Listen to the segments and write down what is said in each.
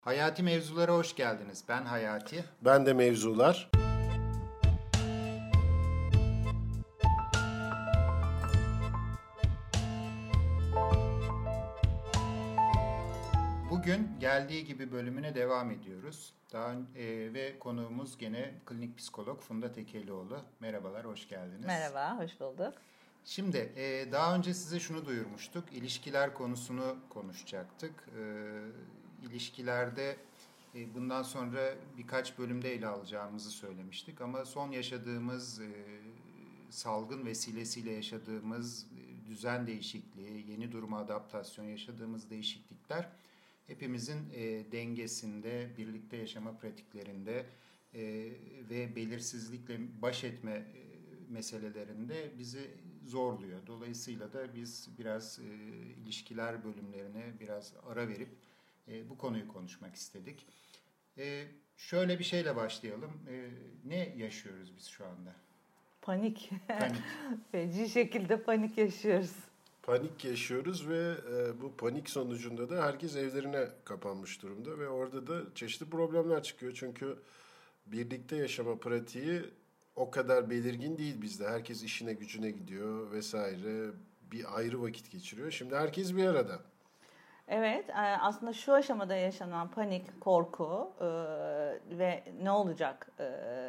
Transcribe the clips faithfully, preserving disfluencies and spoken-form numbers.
Hayati Mevzulara hoş geldiniz. Ben Hayati. Ben de Mevzular. Bugün geldiği gibi bölümüne devam ediyoruz. Daha e, ve konuğumuz gene klinik psikolog Funda Tekelioğlu. Merhabalar, hoş geldiniz. Merhaba, hoş bulduk. Şimdi e, daha önce size şunu duyurmuştuk. İlişkiler konusunu konuşacaktık. E, ilişkilerde e, bundan sonra birkaç bölümde ele alacağımızı söylemiştik. Ama son yaşadığımız e, salgın vesilesiyle yaşadığımız e, düzen değişikliği, yeni duruma adaptasyon, yaşadığımız değişiklikler hepimizin e, dengesinde, birlikte yaşama pratiklerinde e, ve belirsizlikle baş etme e, meselelerinde bizi zorluyor. Dolayısıyla da biz biraz e, ilişkiler bölümlerine biraz ara verip e, bu konuyu konuşmak istedik. E, şöyle bir şeyle başlayalım. E, ne yaşıyoruz biz şu anda? Panik. Panik. Feci şekilde panik yaşıyoruz. Panik yaşıyoruz ve e, bu panik sonucunda da herkes evlerine kapanmış durumda ve orada da çeşitli problemler çıkıyor. Çünkü birlikte yaşama pratiği o kadar belirgin değil bizde. Herkes işine gücüne gidiyor vesaire, bir ayrı vakit geçiriyor. Şimdi herkes bir arada. Evet, aslında şu aşamada yaşanan panik, korku e, ve ne olacak e,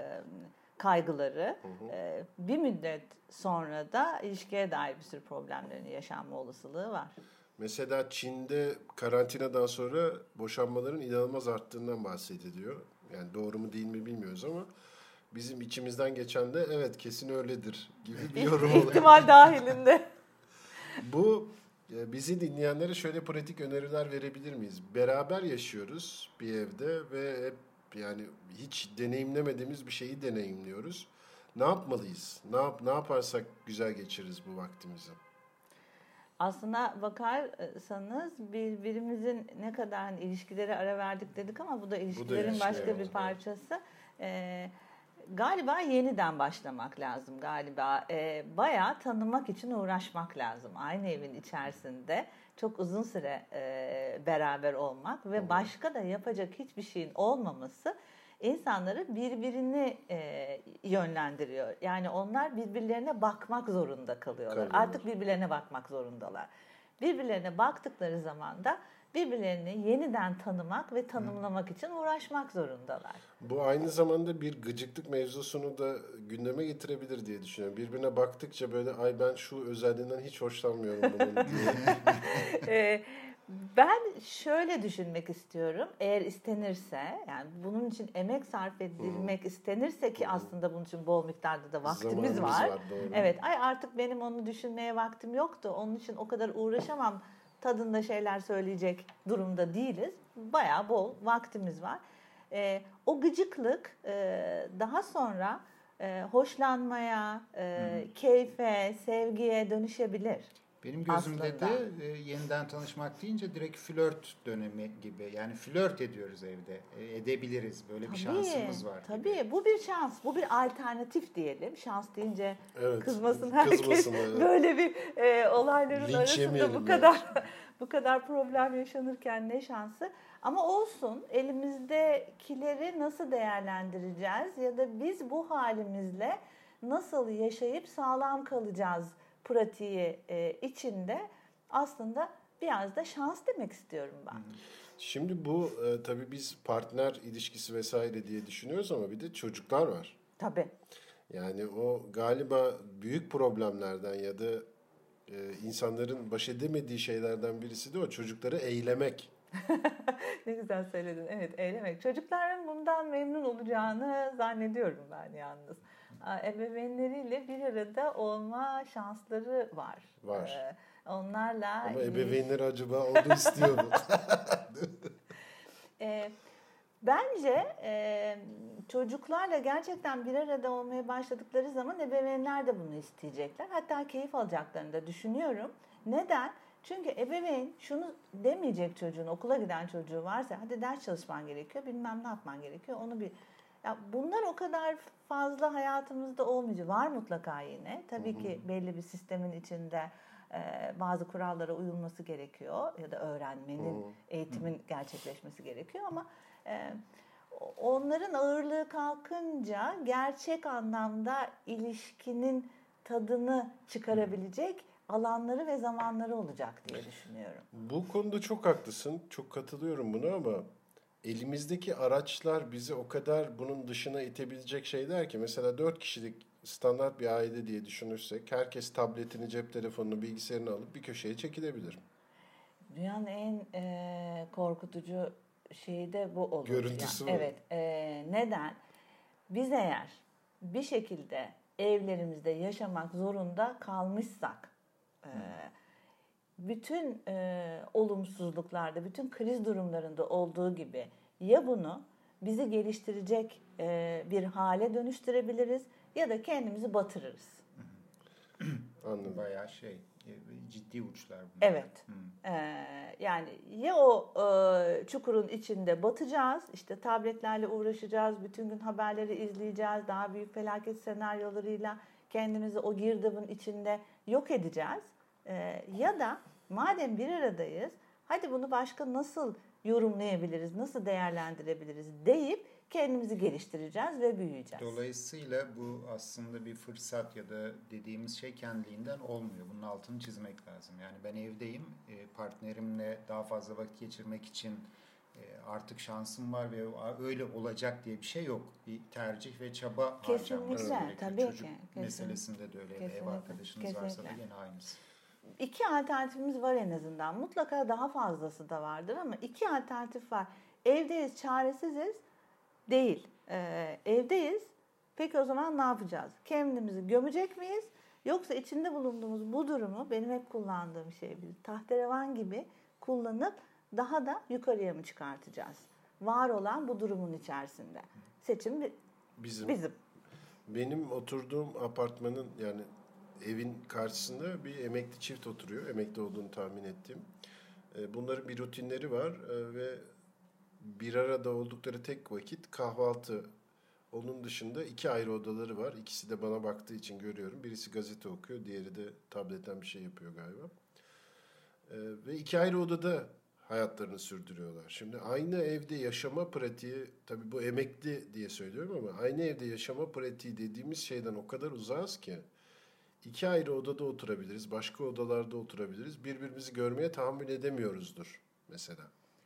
kaygıları hı hı. E, bir müddet sonra da ilişkiye dair bir sürü problemlerin yaşanma olasılığı var. Mesela Çin'de karantinadan sonra boşanmaların inanılmaz arttığından bahsediliyor. Yani doğru mu değil mi bilmiyoruz ama bizim içimizden geçen de evet kesin öyledir gibi bir yorum oluyor. İhtimal dahilinde. Bu bizi dinleyenlere şöyle pratik öneriler verebilir miyiz? Beraber yaşıyoruz bir evde ve hep yani hiç deneyimlemediğimiz bir şeyi deneyimliyoruz. Ne yapmalıyız? Ne yap ne yaparsak güzel geçiririz bu vaktimizi? Aslına bakarsanız birbirimizin ne kadar hani ilişkilere ara verdik dedik ama bu da ilişkilerin bu da başka bir parçası. Ee, galiba yeniden başlamak lazım galiba. Ee, bayağı tanımak için uğraşmak lazım. Aynı evin içerisinde çok uzun süre e, beraber olmak ve başka da yapacak hiçbir şeyin olmaması insanları birbirini e, yönlendiriyor. Yani onlar birbirlerine bakmak zorunda kalıyorlar. Kalıyorlar. Artık birbirlerine bakmak zorundalar. Birbirlerine baktıkları zaman da birbirlerini yeniden tanımak ve tanımlamak Hı. için uğraşmak zorundalar. Bu aynı zamanda bir gıcıklık mevzusunu da gündeme getirebilir diye düşünüyorum. Birbirine baktıkça böyle ay ben şu özelliğinden hiç hoşlanmıyorum bunun. e, Ben şöyle düşünmek istiyorum. Eğer istenirse, yani bunun için emek sarf edilmek hmm. istenirse ki hmm. aslında bunun için bol miktarda da vaktimiz Zamanımız var. var evet, ay artık benim onu düşünmeye vaktim yoktu. Onun için o kadar uğraşamam tadında şeyler söyleyecek durumda değiliz. Bayağı bol vaktimiz var. Ee, o gıcıklık e, daha sonra e, hoşlanmaya, e, hmm. keyfe, sevgiye dönüşebilir. Benim gözümde aslında. de e, yeniden tanışmak deyince direkt flört dönemi gibi. Yani flört ediyoruz evde. E, edebiliriz. Böyle tabii, bir şansımız var. Tabii gibi. Bu bir şans. Bu bir alternatif diyelim. Şans deyince evet, kızmasın herkes. Kızmasın, evet. Böyle bir e, olayların Linç arasında bu kadar bu kadar problem yaşanırken ne şansı. Ama olsun, elimizdekileri nasıl değerlendireceğiz ya da biz bu halimizle nasıl yaşayıp sağlam kalacağız pratiği e, içinde aslında biraz da şans demek istiyorum ben. Şimdi bu e, tabii biz partner ilişkisi vesaire diye düşünüyoruz ama bir de çocuklar var. Tabii. Yani o galiba büyük problemlerden ya da e, insanların baş edemediği şeylerden birisi de o çocukları eylemek. Ne güzel söyledin. Evet, eylemek. Çocukların bundan memnun olacağını zannediyorum ben yalnız. Ebeveynleriyle bir arada olma şansları var. Var. Ee, onlarla... Ama ebeveynleri acaba onu istiyor mu? e, bence e, çocuklarla gerçekten bir arada olmaya başladıkları zaman ebeveynler de bunu isteyecekler. Hatta keyif alacaklarını da düşünüyorum. Neden? Çünkü ebeveyn şunu demeyecek çocuğun, okula giden çocuğu varsa hadi ders çalışman gerekiyor, bilmem ne yapman gerekiyor, onu bir... Ya bunlar o kadar fazla hayatımızda olmayacak. Var mutlaka yine. Tabii ki belli bir sistemin içinde e, bazı kurallara uyulması gerekiyor ya da öğrenmenin, Hı. eğitimin gerçekleşmesi gerekiyor ama e, onların ağırlığı kalkınca gerçek anlamda ilişkinin tadını çıkarabilecek alanları ve zamanları olacak diye düşünüyorum. Bu konuda çok haklısın. Çok katılıyorum buna ama elimizdeki araçlar bizi o kadar bunun dışına itebilecek şeyler ki mesela dört kişilik standart bir aile diye düşünürsek herkes tabletini, cep telefonunu, bilgisayarını alıp bir köşeye çekilebilir. Dünyanın en e, korkutucu şeyi de bu olur. Görüntüsü yani. mü? Evet. E, neden? Biz eğer bir şekilde evlerimizde yaşamak zorunda kalmışsak e, bütün e, olumsuzluklarda, bütün kriz durumlarında olduğu gibi ya bunu bizi geliştirecek e, bir hale dönüştürebiliriz ya da kendimizi batırırız. Anladım. Bayağı şey, ciddi uçlar bunlar. Evet. Ee, yani ya o e, çukurun içinde batacağız, işte tabletlerle uğraşacağız, bütün gün haberleri izleyeceğiz, daha büyük felaket senaryolarıyla kendimizi o girdabın içinde yok edeceğiz. Ee, ya da madem bir aradayız, hadi bunu başka nasıl yorumlayabiliriz, nasıl değerlendirebiliriz deyip kendimizi geliştireceğiz ve büyüyeceğiz. Dolayısıyla bu aslında bir fırsat ya da dediğimiz şey kendiliğinden olmuyor. Bunun altını çizmek lazım. Yani ben evdeyim, partnerimle daha fazla vakit geçirmek için artık şansım var ve öyle olacak diye bir şey yok. Bir tercih ve çaba harcaması gerekiyor. Tabii Çocuk ki. meselesinde de öyle. Kesinlikle. Ev arkadaşınız Kesinlikle. varsa da yine aynısı. İki alternatifimiz var en azından. Mutlaka daha fazlası da vardır ama iki alternatif var. Evdeyiz, çaresiziz. Değil. Ee, evdeyiz. Peki o zaman ne yapacağız? Kendimizi gömecek miyiz? Yoksa içinde bulunduğumuz bu durumu, benim hep kullandığım şey, bir tahterevan gibi kullanıp daha da yukarıya mı çıkartacağız? Var olan bu durumun içerisinde. Seçim bizim. bizim. Benim oturduğum apartmanın yani evin karşısında bir emekli çift oturuyor. Emekli olduğunu tahmin ettim. Bunların bir rutinleri var ve bir arada oldukları tek vakit kahvaltı. Onun dışında iki ayrı odaları var. İkisi de bana baktığı için görüyorum. Birisi gazete okuyor, diğeri de tabletten bir şey yapıyor galiba. Ee, ve iki ayrı odada hayatlarını sürdürüyorlar. Şimdi aynı evde yaşama pratiği, tabii bu emekli diye söylüyorum ama aynı evde yaşama pratiği dediğimiz şeyden o kadar uzağız ki iki ayrı odada oturabiliriz, başka odalarda oturabiliriz. Birbirimizi görmeye tahammül edemiyoruzdur mesela.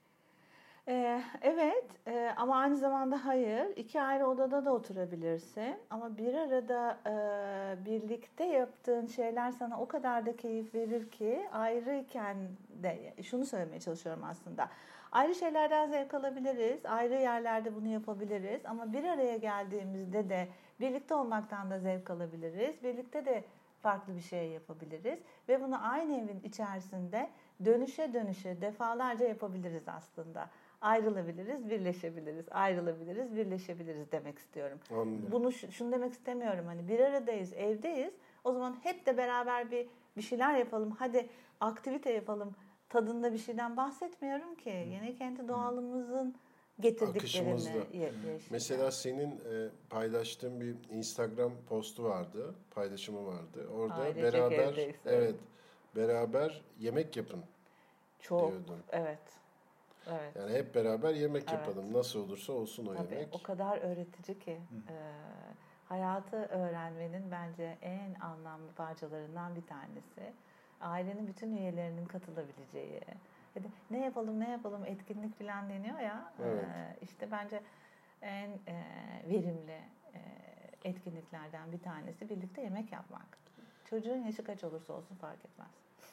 Ee, evet e, ama aynı zamanda hayır. İki ayrı odada da oturabilirsin. Ama bir arada e, birlikte yaptığın şeyler sana o kadar da keyif verir ki ayrıyken de şunu söylemeye çalışıyorum aslında. Ayrı şeylerden zevk alabiliriz. Ayrı yerlerde bunu yapabiliriz. Ama bir araya geldiğimizde de birlikte olmaktan da zevk alabiliriz. Birlikte de farklı bir şey yapabiliriz. Ve bunu aynı evin içerisinde dönüşe dönüşe defalarca yapabiliriz aslında. Ayrılabiliriz, birleşebiliriz, ayrılabiliriz, birleşebiliriz demek istiyorum. Anladım. Bunu şunu demek istemiyorum. Hani bir aradayız, evdeyiz. O zaman hep de beraber bir bir şeyler yapalım. Hadi aktivite yapalım. Tadında bir şeyden bahsetmiyorum ki. Yine kendi doğalımızın getirdiklerini yaşayalım. Mesela senin e, paylaştığın bir Instagram postu vardı, paylaşımı vardı. Orada Aile beraber evet, beraber yemek yapın. Çok diyordun. Evet. Evet. Yani hep beraber yemek evet. yapalım. Nasıl olursa olsun o Tabii, yemek. O kadar öğretici ki. E, hayatı öğrenmenin bence en anlamlı parçalarından bir tanesi. Ailenin bütün üyelerinin katılabileceği. Hadi ne yapalım ne yapalım etkinlik falan deniyor ya. Evet. E, işte bence en e, verimli e, etkinliklerden bir tanesi birlikte yemek yapmak. Çocuğun yaşı kaç olursa olsun fark etmez.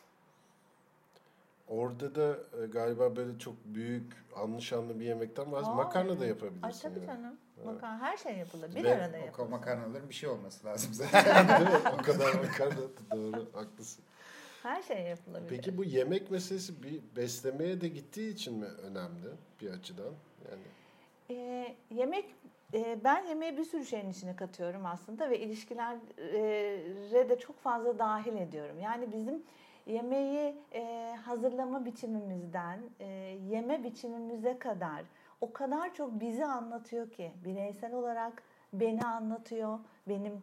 Orada da e, galiba böyle çok büyük, anlı şanlı bir yemekten vaz makarna da yapabilirsin. Ay tabii yani. canım. Evet. Makarna, her şey yapılır. Bir Ve arada yapılır. O makarnaların bir şey olması lazım zaten. O kadar makarna doğru, haklısın. Her şey yapılabilir. Peki bu yemek meselesi bir beslemeye de gittiği için mi önemli bir açıdan? Yani ee, yemek e, ben yemeği bir sürü şeyin içine katıyorum aslında ve ilişkilere de çok fazla dahil ediyorum. Yani bizim yemeği e, hazırlama biçimimizden e, yeme biçimimize kadar o kadar çok bizi anlatıyor ki bireysel olarak beni anlatıyor. Benim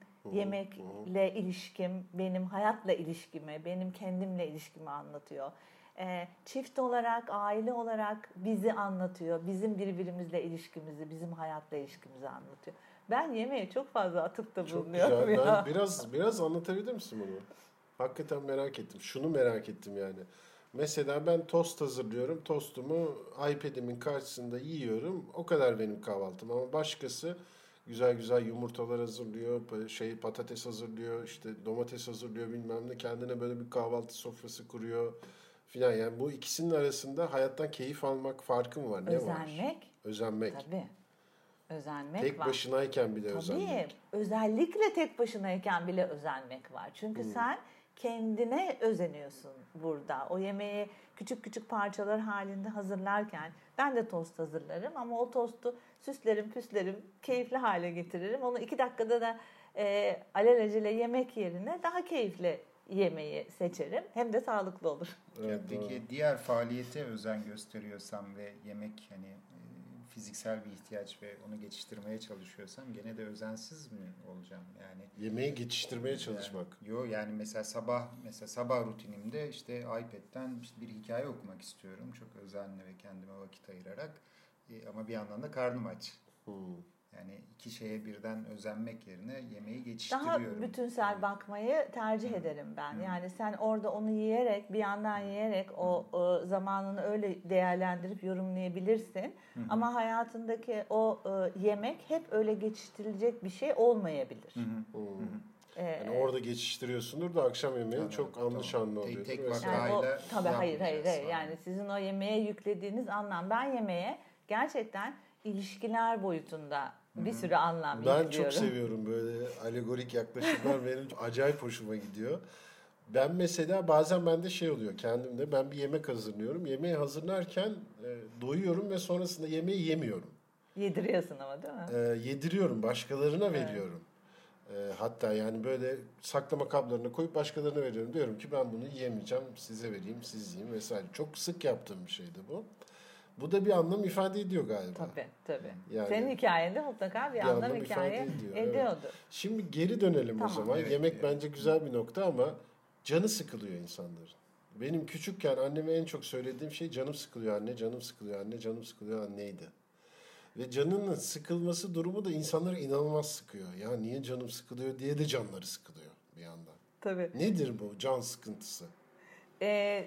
yemekle ilişkim, benim hayatla ilişkimi, benim kendimle ilişkimi anlatıyor. Ee, çift olarak, aile olarak bizi anlatıyor. Bizim birbirimizle ilişkimizi, bizim hayatla ilişkimizi anlatıyor. Ben yemeğe çok fazla atıfta bulunuyorum. Çok güzel. Ya. Ben biraz biraz anlatabilir misin bunu? Hakikaten merak ettim. Şunu merak ettim yani. Mesela ben tost hazırlıyorum. Tostumu iPad'imin karşısında yiyorum. O kadar benim kahvaltım. Ama başkası güzel güzel yumurtalar hazırlıyor, şey patates hazırlıyor, işte domates hazırlıyor bilmem ne. Kendine böyle bir kahvaltı sofrası kuruyor filan. Yani bu ikisinin arasında hayattan keyif almak farkı mı var? Ne Özenmek. var? Özenmek. Tabii. Özenmek tek var. başınayken bile Tabii, özenmek. Özellikle tek başınayken bile özenmek var. Çünkü hmm. sen kendine özeniyorsun burada. O yemeği küçük küçük parçalar halinde hazırlarken ben de tost hazırlarım ama o tostu süslerim püslerim keyifli hale getiririm. Onu iki dakikada da e, alelacele yemek yerine daha keyifli yemeği seçerim. Hem de sağlıklı olur. Evet, peki diğer faaliyete özen gösteriyorsam ve yemek hani fiziksel bir ihtiyaç ve onu geçiştirmeye çalışıyorsam gene de özensiz mi olacağım yani? Yemeği geçiştirmeye çalışmak. Yani, yo yani mesela sabah mesela sabah rutinimde işte iPad'den işte bir hikaye okumak istiyorum. Çok özenli ve kendime vakit ayırarak. E, ama bir yandan da karnım aç. Hmm. Yani iki şeye birden özenmek yerine yemeği geçiştiriyorum. Daha bütünsel hmm. bakmayı tercih hmm. ederim ben. Hmm. Yani sen orada onu yiyerek, bir yandan yiyerek o, hmm. o zamanını öyle değerlendirip yorumlayabilirsin. Hmm. Ama hayatındaki o e, yemek hep öyle geçiştirilecek bir şey olmayabilir. Hmm. Hmm. Ee, yani orada geçiştiriyorsundur da akşam yemeği tabii, çok anlı şanlı oluyor. Tek, tek vakayla yani tabii hayır hayır hayır. Yani sizin o yemeğe yüklediğiniz anlam. Ben yemeğe gerçekten ilişkiler boyutunda bir sürü anlam ben yüklüyorum. Çok seviyorum böyle alegorik yaklaşımlar benim acayip hoşuma gidiyor. Ben mesela bazen bende şey oluyor kendimde ben bir yemek hazırlıyorum. Yemeği hazırlarken e, doyuyorum ve sonrasında yemeği yemiyorum. Yediriyorsun ama değil mi? E, yediriyorum başkalarına evet. veriyorum. E, hatta yani böyle saklama kablarına koyup başkalarına veriyorum. Diyorum ki ben bunu yiyemeyeceğim size vereyim siz yiyin vesaire. Çok sık yaptığım bir şeydi bu. Bu da bir anlam ifade ediyor galiba. Tabii tabii. Yani, senin hikayende mutlaka bir, bir anlam, anlam hikaye ediyor, ediyordu. Evet. Şimdi geri dönelim tamam. o zaman. Evet, Yemek evet. bence güzel bir nokta ama canı sıkılıyor insanların. Benim küçükken anneme en çok söylediğim şey canım sıkılıyor anne, canım sıkılıyor anne, canım sıkılıyor anneydi. Ve canının sıkılması durumu da insanları inanılmaz sıkıyor. Ya niye canım sıkılıyor diye de canları sıkılıyor bir yandan. Tabii. Nedir bu can sıkıntısı? Eee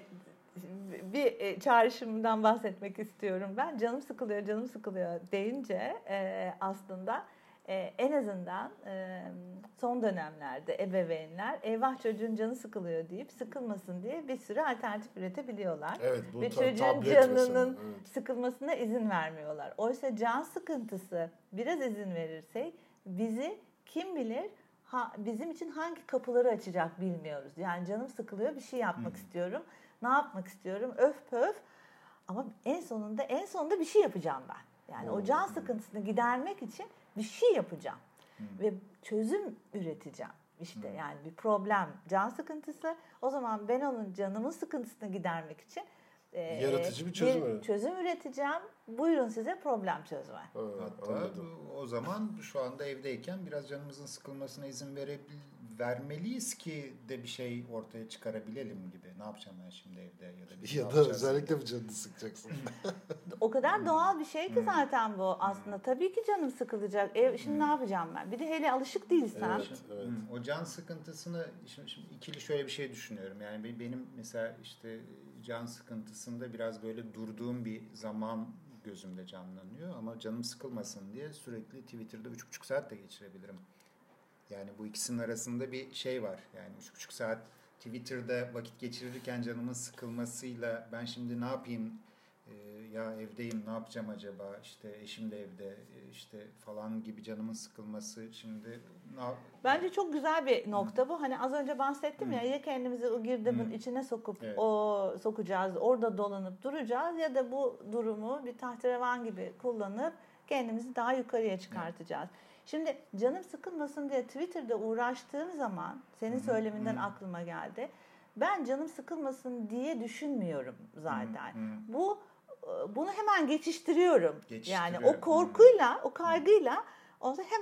bir çağrışımdan bahsetmek istiyorum. Ben canım sıkılıyor, canım sıkılıyor deyince e, aslında e, en azından e, son dönemlerde ebeveynler eyvah çocuğun canı sıkılıyor deyip sıkılmasın diye bir sürü alternatif üretebiliyorlar. Evet, bu ve ta- çocuğun canının evet. sıkılmasına izin vermiyorlar. Oysa can sıkıntısı biraz izin verirsek bizi kim bilir ha, bizim için hangi kapıları açacak bilmiyoruz. Yani canım sıkılıyor bir şey yapmak hmm. istiyorum. Ne yapmak istiyorum? Öf pöf. Ama en sonunda en sonunda bir şey yapacağım ben. Yani hmm. o can sıkıntısını gidermek için bir şey yapacağım. Hmm. Ve çözüm üreteceğim. İşte hmm. yani bir problem, can sıkıntısı. O zaman ben onun canımın sıkıntısını gidermek için e, yaratıcı bir çözüm, bir çözüm üreteceğim. Buyurun size problem çözme. Evet, hatta anladım. O zaman şu anda evdeyken biraz canımızın sıkılmasına izin verebil vermeliyiz ki de bir şey ortaya çıkarabilelim gibi. Ne yapacağım ben şimdi evde ya da bir ya da özellikle mi canını sıkacaksın? O kadar doğal bir şey ki zaten bu aslında. Tabii ki canım sıkılacak. Ev şimdi ne yapacağım ben? Bir de hele alışık değilsem. Evet, evet. O can sıkıntısını şimdi, şimdi ikili şöyle bir şey düşünüyorum. Yani benim mesela işte can sıkıntısında biraz böyle durduğum bir zaman gözümde canlanıyor ama canım sıkılmasın diye sürekli Twitter'da üç buçuk saat de geçirebilirim. Yani bu ikisinin arasında bir şey var. Yani üç buçuk saat Twitter'da vakit geçirirken canımın sıkılmasıyla ben şimdi ne yapayım? Ee, ya evdeyim ne yapacağım acaba? İşte eşim de evde işte falan gibi canımın sıkılması şimdi ne bence çok güzel bir nokta bu. Hani az önce bahsettim Hı. ya ya kendimizi o girdabın Hı. içine sokup evet. o sokacağız, orada dolanıp duracağız ya da bu durumu bir tahterevan gibi kullanıp kendimizi daha yukarıya çıkartacağız. Hı. Şimdi canım sıkılmasın diye Twitter'da uğraştığım zaman senin söyleminden hmm. aklıma geldi. Ben canım sıkılmasın diye düşünmüyorum zaten. Hmm. Bu bunu hemen geçiştiriyorum. Yani o korkuyla, hmm. o kaygıyla onu hemen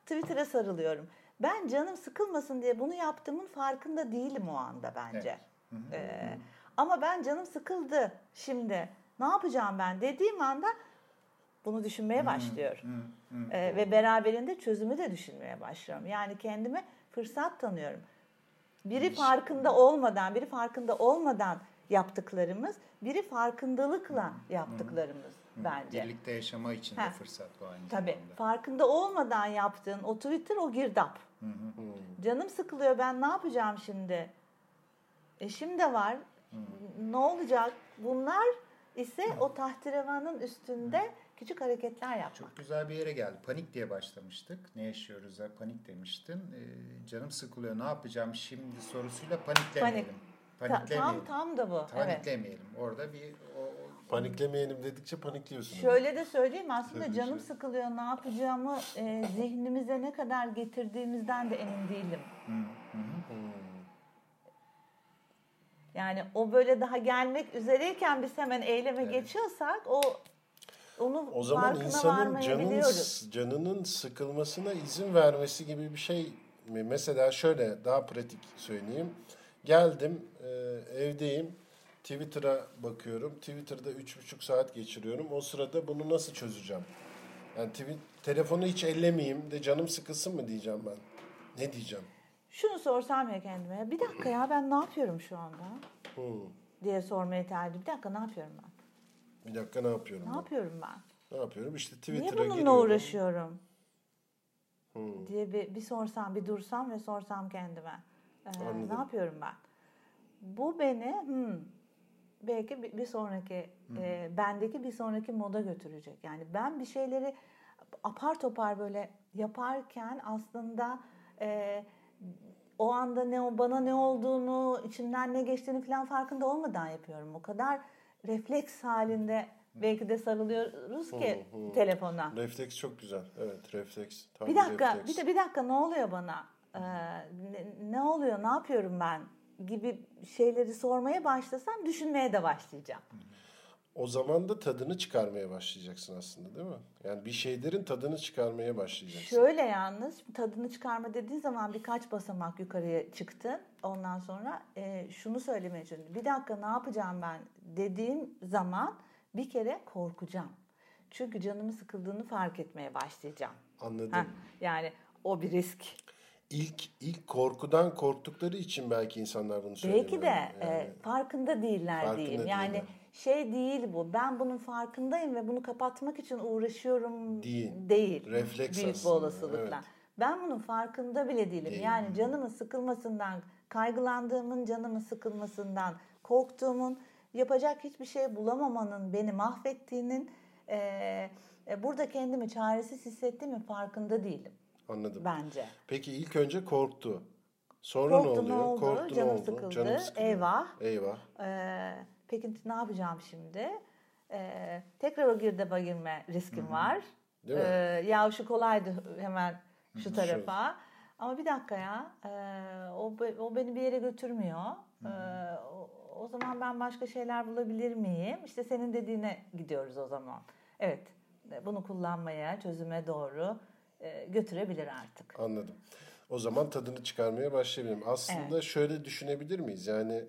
Twitter'a sarılıyorum. Ben canım sıkılmasın diye bunu yaptığımın farkında değilim o anda bence. Evet. Hı hı. Ee, ama ben canım sıkıldı şimdi. Ne yapacağım ben dediğim anda bunu düşünmeye başlıyorum. Hı hı. Ee, ve beraberinde çözümü de düşünmeye başlıyorum. Yani kendime fırsat tanıyorum. Biri İş- farkında olmadan, biri farkında olmadan yaptıklarımız, biri farkındalıkla yaptıklarımız bence. Birlikte yaşama için de Ha. fırsat bu aynı Tabii. zamanda. Farkında olmadan yaptığın o Twitter, o girdap. Hı hı. Canım sıkılıyor, ben ne yapacağım şimdi? Eşim de var. Ne olacak? Bunlar ise o tahterevanın üstünde küçük hareketler yapmak. Çok güzel bir yere geldi. Panik diye başlamıştık. Ne yaşıyoruz ya? Panik demiştin. Ee, canım sıkılıyor. Ne yapacağım şimdi sorusuyla paniklemeyelim. Ta- Paniklemeyelim. tam tam da bu. Evet. Paniklemeyelim. Orada bir o, o- Paniklemeyelim dedikçe panikliyorsun. Şöyle de söyleyeyim, aslında Tabii canım şey. sıkılıyor, ne yapacağımı e, zihnimize ne kadar getirdiğimizden de emin değilim. Hı, hı, hı. Yani o böyle daha gelmek üzereyken biz hemen eyleme Evet. geçiyorsak o onu O zaman farkına insanın canın, varmayabiliyoruz. canının sıkılmasına izin vermesi gibi bir şey mi? Mesela şöyle daha pratik söyleyeyim. Geldim, e, evdeyim, Twitter'a bakıyorum. Twitter'da üç buçuk saat geçiriyorum. O sırada bunu nasıl çözeceğim? Yani tweet, telefonu hiç ellemeyeyim de canım sıkılsın mı diyeceğim ben. Ne diyeceğim? Şunu sorsam ya kendime, bir dakika ya ben ne yapıyorum şu anda Hmm. diye sormaya tercih. Bir dakika ne yapıyorum ben? Bir dakika ne yapıyorum Ne ben? yapıyorum ben? Ne yapıyorum? İşte Niye Twitter'a bununla giriyorum. uğraşıyorum Hmm. diye bir, bir sorsam, bir dursam ve sorsam kendime. Ee, Anladım. ne yapıyorum ben? Bu beni hmm, belki bir, bir sonraki, e, bendeki bir sonraki moda götürecek. Yani ben bir şeyleri apar topar böyle yaparken aslında e, o anda ne o bana ne olduğunu, içimden ne geçtiğini falan farkında olmadan yapıyorum. O kadar refleks halinde belki de sarılıyoruz ki Hı, hı. telefona. Refleks çok güzel. Evet, refleks. Tam Bir dakika, refleks. bir de bir dakika ne oluyor bana? Ee, ne, ne oluyor, ne yapıyorum ben gibi şeyleri sormaya başlasam düşünmeye de başlayacağım. O zaman da tadını çıkarmaya başlayacaksın aslında, değil mi? Yani bir şeylerin tadını çıkarmaya başlayacaksın. Şöyle yalnız tadını çıkarma dediğin zaman birkaç basamak yukarıya çıktın. Ondan sonra e, şunu söylemeye çalışıyorum. Bir dakika ne yapacağım ben dediğim zaman bir kere korkacağım. Çünkü canımın sıkıldığını fark etmeye başlayacağım. Anladım. Heh, yani o bir risk. İlk ilk korkudan korktukları için belki insanlar bunu söylüyor. Belki de yani. e, farkında değiller Farkında diyeyim. Yani değiller. şey değil bu. Ben bunun farkındayım ve bunu kapatmak için uğraşıyorum Değil. değil. Refleks Büyük aslında, bir olasılıkla. evet. Ben bunun farkında bile değilim. Değil. Yani canımın sıkılmasından, kaygılandığımın canımın sıkılmasından, korktuğumun, yapacak hiçbir şey bulamamanın beni mahvettiğinin, e, e, burada kendimi çaresiz hissettiğimin farkında değilim Anladım. bence. Peki ilk önce korktu. Sonra Korktu, ne ne oluyor? oldu? Korktu Canım ne oldu? sıkıldı. Canım sıkıldı. Eyvah. Eyvah. Ee, peki ne yapacağım şimdi? Ee, tekrar o girdaba girme riskim var. Değil mi? Ee, ya şu kolaydı hemen şu Hı, tarafa. Ama bir dakika ya, e, o, o beni bir yere götürmüyor. Ee, o, o zaman ben başka şeyler bulabilir miyim? İşte senin dediğine gidiyoruz o zaman. Evet, bunu kullanmaya, çözüme doğru e, götürebilir artık. Anladım. O zaman tadını çıkarmaya başlayabilirim. Aslında Evet. şöyle düşünebilir miyiz? Yani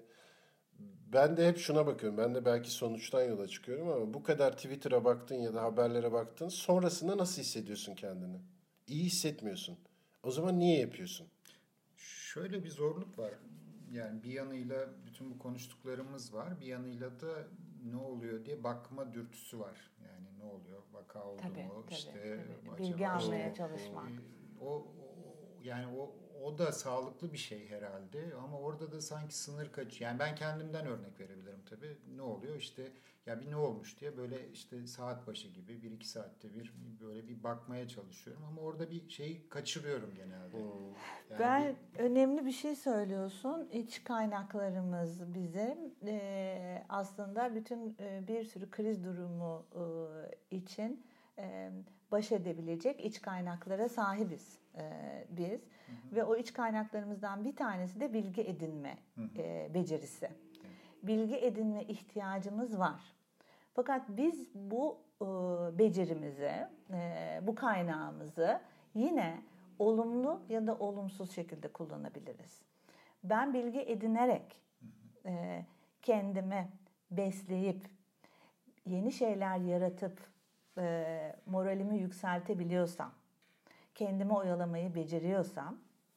ben de hep şuna bakıyorum. Ben de belki sonuçtan yola çıkıyorum ama bu kadar Twitter'a baktın ya da haberlere baktın. Sonrasında nasıl hissediyorsun kendini? İyi hissetmiyorsun. O zaman niye yapıyorsun? Şöyle bir zorluk var. Yani bir yanıyla bütün bu konuştuklarımız var. Bir yanıyla da ne oluyor diye bakma dürtüsü var. Yani ne oluyor? Vaka oldu Tabii, mu? tabii, İşte tabii. acaba Bilgi almaya işte, çalışmak. e, O, o yani o o da sağlıklı bir şey herhalde ama orada da sanki sınır kaçıyor. Yani ben kendimden örnek verebilirim tabii. Ne oluyor? İşte ya bir ne olmuş diye böyle işte saat başı gibi bir iki saatte bir böyle bir bakmaya çalışıyorum ama orada bir şeyi kaçırıyorum genelde. Hmm. Yani Ben bir- önemli bir şey söylüyorsun. İç kaynaklarımız bizim e, aslında bütün e, bir sürü kriz durumu e, için e, baş edebilecek iç kaynaklara sahibiz e, biz. Hı hı. Ve o iç kaynaklarımızdan bir tanesi de bilgi edinme hı hı. E, becerisi. Hı. Bilgi edinme ihtiyacımız var. Fakat biz bu e, becerimizi, e, bu kaynağımızı yine olumlu ya da olumsuz şekilde kullanabiliriz. Ben bilgi edinerek e, kendimi besleyip yeni şeyler yaratıp e, moralimi yükseltebiliyorsam, kendimi oyalamayı beceriyorsam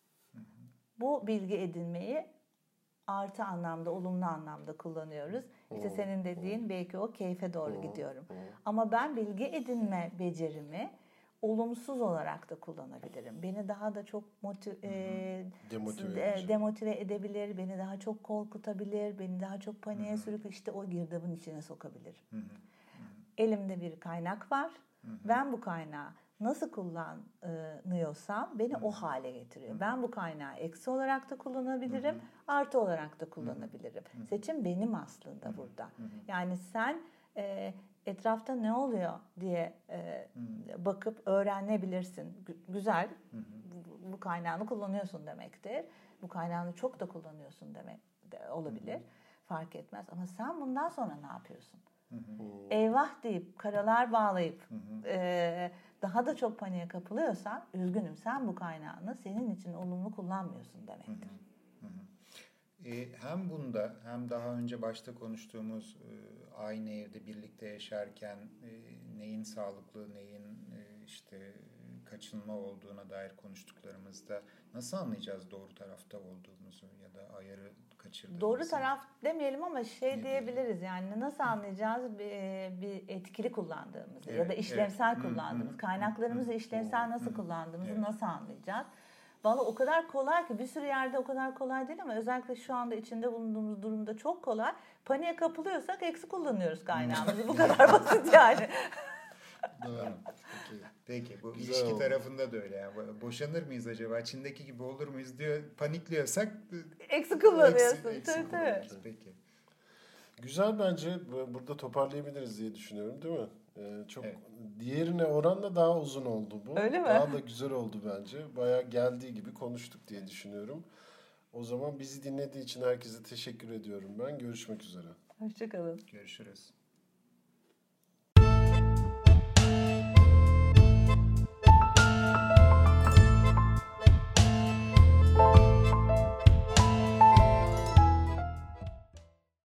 bu bilgi edinmeyi artı anlamda, olumlu anlamda kullanıyoruz. İşte senin dediğin belki o keyfe doğru gidiyorum. Ama ben bilgi edinme becerimi olumsuz olarak da kullanabilirim. Beni daha da çok motive, e, demotive, demotive edebilir, beni daha çok korkutabilir, beni daha çok paniğe sürükleyip işte o girdabın içine sokabilir. Hı hı. Elimde bir kaynak var. Hı hı. Ben bu kaynağı nasıl kullanıyorsam beni hı hı. o hale getiriyor. Hı hı. Ben bu kaynağı eksi olarak da kullanabilirim, hı hı. artı olarak da kullanabilirim. Hı hı. Seçim benim aslında hı hı. burada. Hı hı. Yani sen e, etrafta ne oluyor diye e, hmm. bakıp öğrenebilirsin. G- güzel, hmm. bu, bu kaynağını kullanıyorsun demektir. Bu kaynağını çok da kullanıyorsun demek de olabilir. Hmm. Fark etmez. Ama sen bundan sonra ne yapıyorsun? Hmm. Eyvah deyip, karalar bağlayıp hmm. e, daha da çok paniğe kapılıyorsan, üzgünüm, sen bu kaynağını senin için olumlu kullanmıyorsun demektir. Hmm. Hmm. E, hem bunda hem daha önce başta konuştuğumuz e, aynı evde birlikte yaşarken e, neyin sağlıklı, neyin e, işte kaçınma olduğuna dair konuştuklarımızda nasıl anlayacağız doğru tarafta olduğumuzu ya da ayarı kaçırdığımızı? Doğru taraf demeyelim ama şey ne diyebiliriz diyelim? Yani nasıl anlayacağız bir, bir etkili kullandığımızı evet, ya da işlevsel evet. kullandığımız, hmm, kaynaklarımızı hmm, işlevsel hmm, nasıl hmm, kullandığımızı evet. nasıl anlayacağız? Vallahi o kadar kolay ki bir sürü yerde o kadar kolay değil ama özellikle şu anda içinde bulunduğumuz durumda çok kolay. Paniğe kapılıyorsak eksi kullanıyoruz kaynağımızı. Bu kadar basit yani. Doğru. Peki. Peki bu güzel ilişki oldu. Tarafında da öyle yani. Boşanır mıyız acaba? Çin'deki gibi olur muyuz diyor. Panikliyorsak eksi kullanıyorsun. Eksi, eksi tabii. Peki. Güzel bence. Burada toparlayabiliriz diye düşünüyorum değil mi? Ee, çok evet. Diğerine oranla daha uzun oldu bu. Öyle mi? Daha da güzel oldu bence. Bayağı geldiği gibi konuştuk diye düşünüyorum. O zaman bizi dinlediği için herkese teşekkür ediyorum ben. Görüşmek üzere. Hoşçakalın. Görüşürüz.